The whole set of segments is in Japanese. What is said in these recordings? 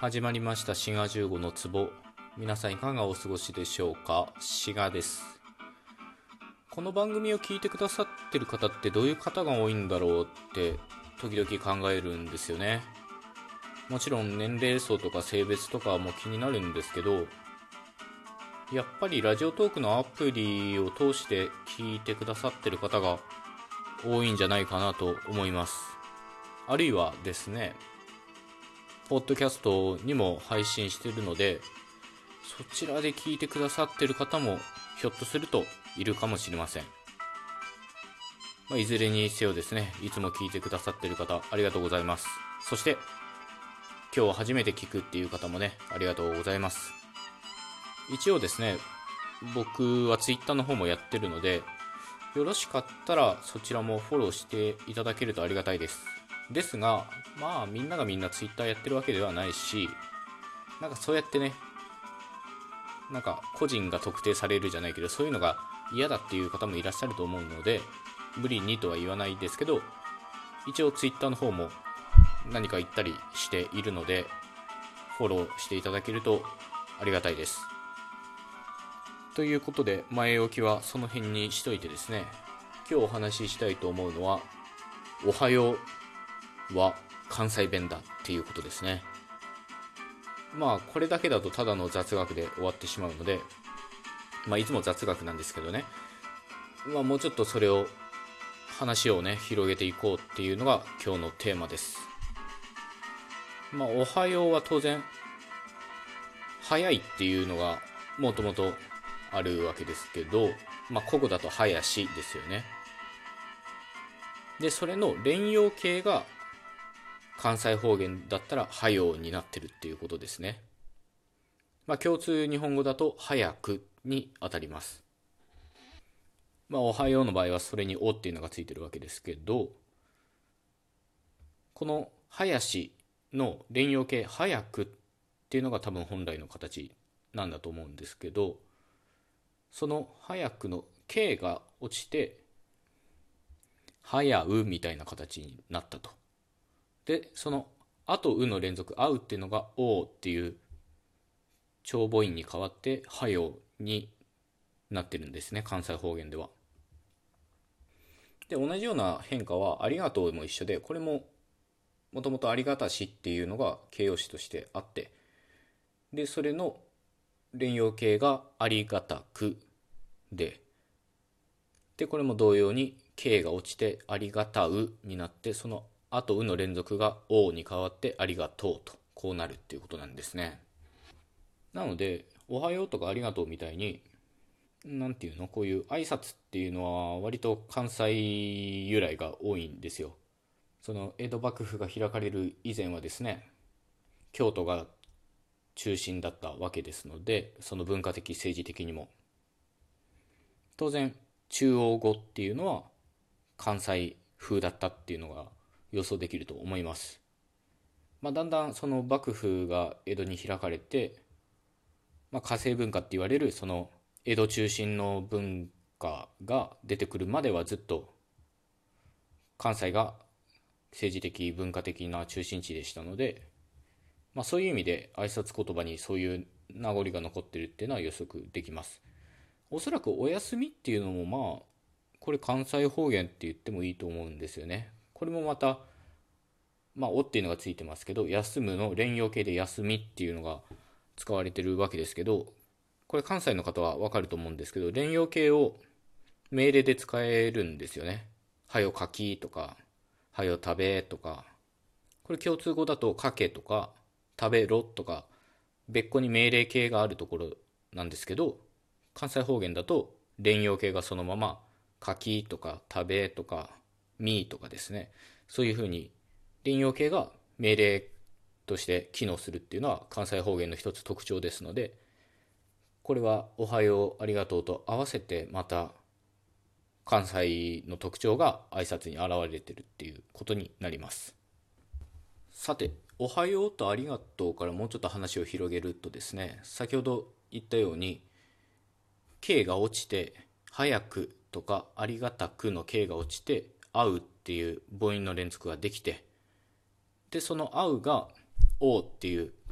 始まりました滋賀15の壺。皆さんいかがお過ごしでしょうか。滋賀です。この番組を聞いてくださってる方ってどういう方が多いんだろうって時々考えるんですよね。もちろん年齢層とか性別とかも気になるんですけど、やっぱりラジオトークのアプリを通して聞いてくださってる方が多いんじゃないかなと思います。あるいはですね、ポッドキャストにも配信しているので、そちらで聞いてくださっている方もひょっとするといるかもしれません。いずれにせよですね、いつも聞いてくださっている方ありがとうございます。そして今日初めて聞くっていう方もね、ありがとうございます。一応ですね、僕はツイッターの方もやってるので、よろしかったらそちらもフォローしていただけるとありがたいです。ですが、みんながみんなツイッターやってるわけではないし、そうやってね、個人が特定されるじゃないけど、そういうのが嫌だっていう方もいらっしゃると思うので、無理にとは言わないですけど、一応ツイッターの方も何か言ったりしているので、フォローしていただけるとありがたいです。ということで、前置きはその辺にしといてですね、今日お話ししたいと思うのは、おはようは関西弁だっていうことですね。これだけだとただの雑学で終わってしまうので、いつも雑学なんですけどね、もうちょっとそれを話をね広げていこうっていうのが今日のテーマです。おはようは当然早いっていうのがもともとあるわけですけど、古語だと早しですよね。でそれの連用形が関西方言だったらはようになってるっていうことですね。共通日本語だと早くに当たります。おはようの場合はそれにおっていうのがついてるわけですけど、この早しの連用形早くっていうのが多分本来の形なんだと思うんですけど、その早くの形が落ちて早うみたいな形になったと。でそのあとうの連続あうっていうのがおっていう長母音に変わってはよになってるんですね、関西方言では。で同じような変化はありがとうも一緒で、これももともとありがたしっていうのが形容詞としてあって、でそれの連用形がありがたくで、これも同様に形が落ちてありがたうになって、そのあとうの連続がおに変わってありがとうと、こうなるっていうことなんですね。なのでおはようとかありがとうみたいに、こういう挨拶っていうのは割と関西由来が多いんですよ。その江戸幕府が開かれる以前はですね、京都が中心だったわけですので、その文化的政治的にも当然中央語っていうのは関西風だったっていうのが予想できると思います。だんだんその幕府が江戸に開かれて、化政文化って言われるその江戸中心の文化が出てくるまではずっと関西が政治的文化的な中心地でしたので、そういう意味で挨拶言葉にそういう名残が残ってるっていうのは予測できます。おそらくお休みっていうのもこれ関西方言って言ってもいいと思うんですよね。これもまたおっていうのがついてますけど、休むの連用形で休みっていうのが使われてるわけですけど、これ関西の方はわかると思うんですけど、連用形を命令で使えるんですよね。はよ書きとかはよ食べとか、これ共通語だとかけとか食べろとか別個に命令形があるところなんですけど、関西方言だと連用形がそのままかきとか食べとかみとかですね、そういうふうに連用形が命令として機能するっていうのは関西方言の一つ特徴ですので、これはおはようありがとうと合わせてまた関西の特徴が挨拶に現れてるっていうことになります。さて、おはようとありがとうからもうちょっと話を広げるとですね、先ほど言ったように形が落ちて早くとかありがたくの形が落ちて会うっていう母音の連続ができて、でその会うがおっていう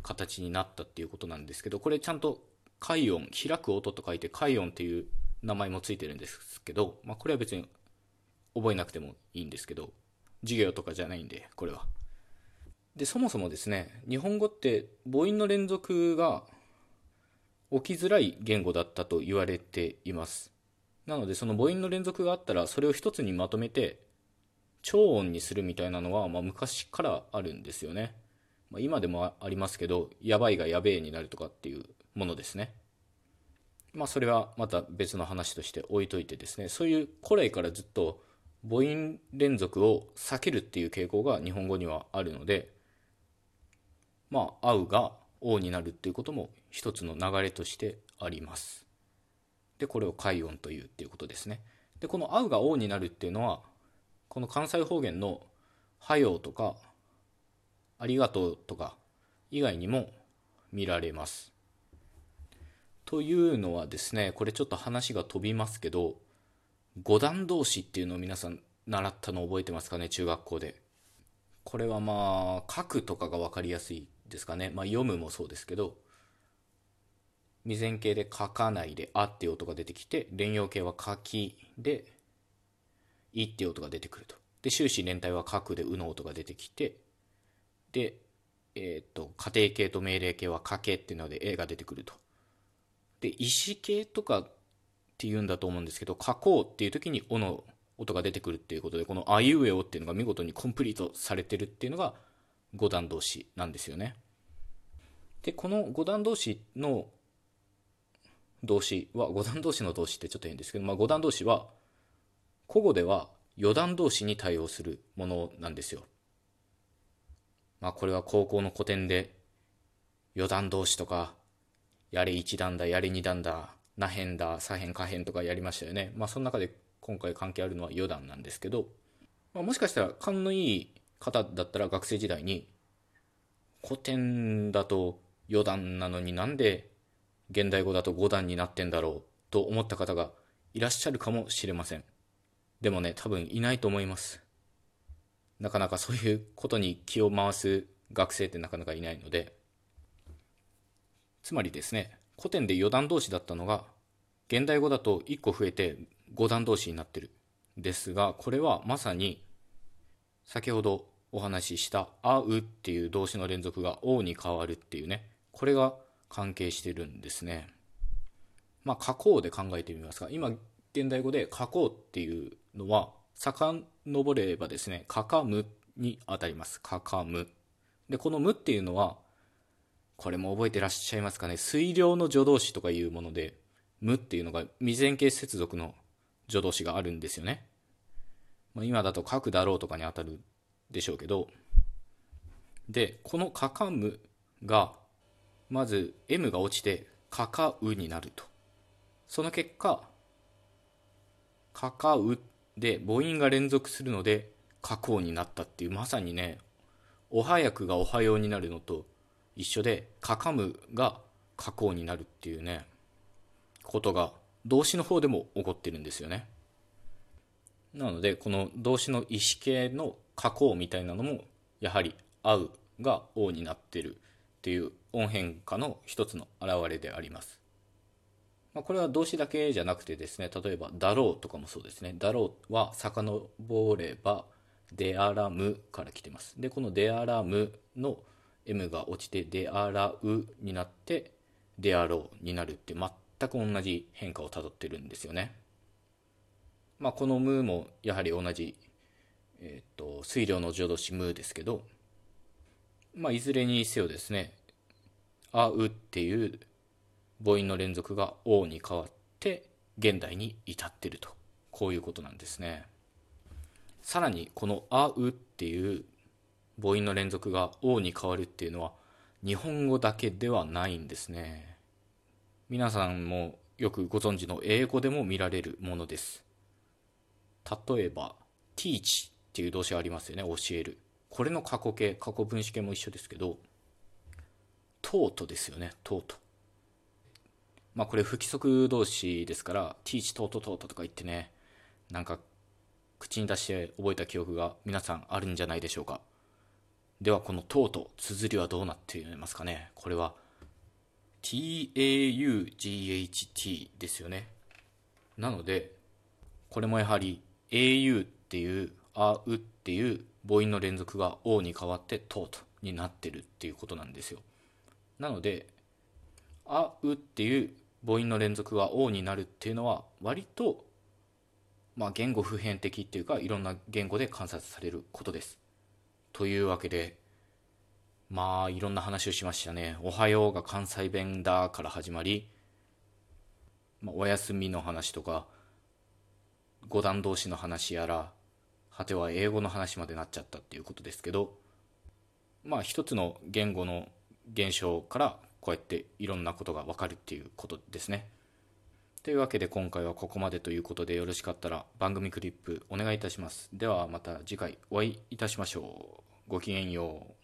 形になったっていうことなんですけど、これちゃんと開音、開く音と書いて開音っていう名前もついてるんですけど、これは別に覚えなくてもいいんですけど、授業とかじゃないんで、これは。で、そもそもですね、日本語って母音の連続が起きづらい言語だったと言われています。なので、その母音の連続があったら、それを一つにまとめて長音にするみたいなのは、昔からあるんですよね。今でもありますけど、やばいがやべえになるとかっていうものですね。それはまた別の話として置いといてですね、そういう古来からずっと母音連続を避けるっていう傾向が日本語にはあるので、合うが王になるっていうことも一つの流れとしてあります。で、これを開音というっていうことですね。で、この合うが王になるっていうのは、この関西方言のはようとかありがとうとか以外にも見られます。というのはですね、これちょっと話が飛びますけど、五段動詞っていうのを皆さん習ったの覚えてますかね、中学校で。これは書くとかが分かりやすいですかね。読むもそうですけど、未然形で書かないであっていう音が出てきて、連用形は書きでいっていう音が出てくると。で、終始連体は書くでうの音が出てきて、で、家庭形と命令形は書けっていうのでえが出てくると。で、意思形とかっていうんだと思うんですけど、書こうっていう時におの音が出てくるっていうことで、このあいうえおっていうのが見事にコンプリートされてるっていうのが五段動詞なんですよね。で、この五段動詞の動詞は、五段動詞の動詞ってちょっと変ですけど、五段動詞は古語では四段動詞に対応するものなんですよ。これは高校の古典で四段動詞とか、やれ一段だ、やれ二段だ、なへんだ、さへん、かへんとかやりましたよね。その中で今回関係あるのは四段なんですけど、もしかしたら勘のいい方だったら学生時代に、古典だと四段なのになんで現代語だと五段になってんだろうと思った方がいらっしゃるかもしれません。でもね、多分いないと思います。なかなかそういうことに気を回す学生ってなかなかいないので、つまりですね、古典で四段動詞だったのが現代語だと1個増えて五段動詞になってるですが、これはまさに先ほどお話ししたあうっていう動詞の連続がおに変わるっていうね、これが関係してるんですね。書こうで考えてみますが、今現代語で書こうっていうのは遡ればですね、書かむに当たります。書かむで、このむっていうのは、これも覚えてらっしゃいますかね、推量の助動詞とかいうもので、むっていうのが未然形接続の助動詞があるんですよね。今だと書くだろうとかに当たるでしょうけど、で、このかかむがまず M が落ちてかかうになると。その結果かかうで母音が連続するのでかこうになったっていう、まさにね、おはやくがおはようになるのと一緒で、かかむがかこうになるっていうね、ことが動詞の方でも起こってるんですよね。なのでこの動詞の意思形の加工みたいなのもやはり合うが王になってるっていう音変化の一つの表れであります。これは動詞だけじゃなくてですね、例えばだろうとかもそうですね。だろうは遡ればであらむから来てます。で、このであらむの M が落ちてであらうになってであろうになるって全く同じ変化をたどってるんですよね。このムもやはり同じ、推量の助動詞ムですけど、いずれにせよですね、あうっていう母音の連続がおに変わって現代に至っていると、こういうことなんですね。さらにこのあうっていう母音の連続がおに変わるっていうのは日本語だけではないんですね。皆さんもよくご存知の英語でも見られるものです。例えば teach っていう動詞がありますよね。教える。これの過去形、過去分詞形も一緒ですけど、taughtですよね。taught。これ不規則動詞ですから teach taught taught とか言ってね、なんか口に出して覚えた記憶が皆さんあるんじゃないでしょうか。 ではこのとうと綴りはどうなっていますかね。これは TAUGHT ですよね。なのでこれもやはり AU っていうあうっていう母音の連続が O に変わってとうとになってるっていうことなんですよ。なのであうっていう母音の連続が O になるっていうのは割と言語普遍的っていうかいろんな言語で観察されることです。というわけでいろんな話をしましたね。おはようが関西弁だから始まり、お休みの話とか語談動詞の話やら、果ては英語の話までなっちゃったっていうことですけど、一つの言語の現象からこうやっていろんなことがわかるっていうことですね。というわけで今回はここまでということで、よろしかったら番組クリップお願いいたします。ではまた次回お会いいたしましょう。ごきげんよう。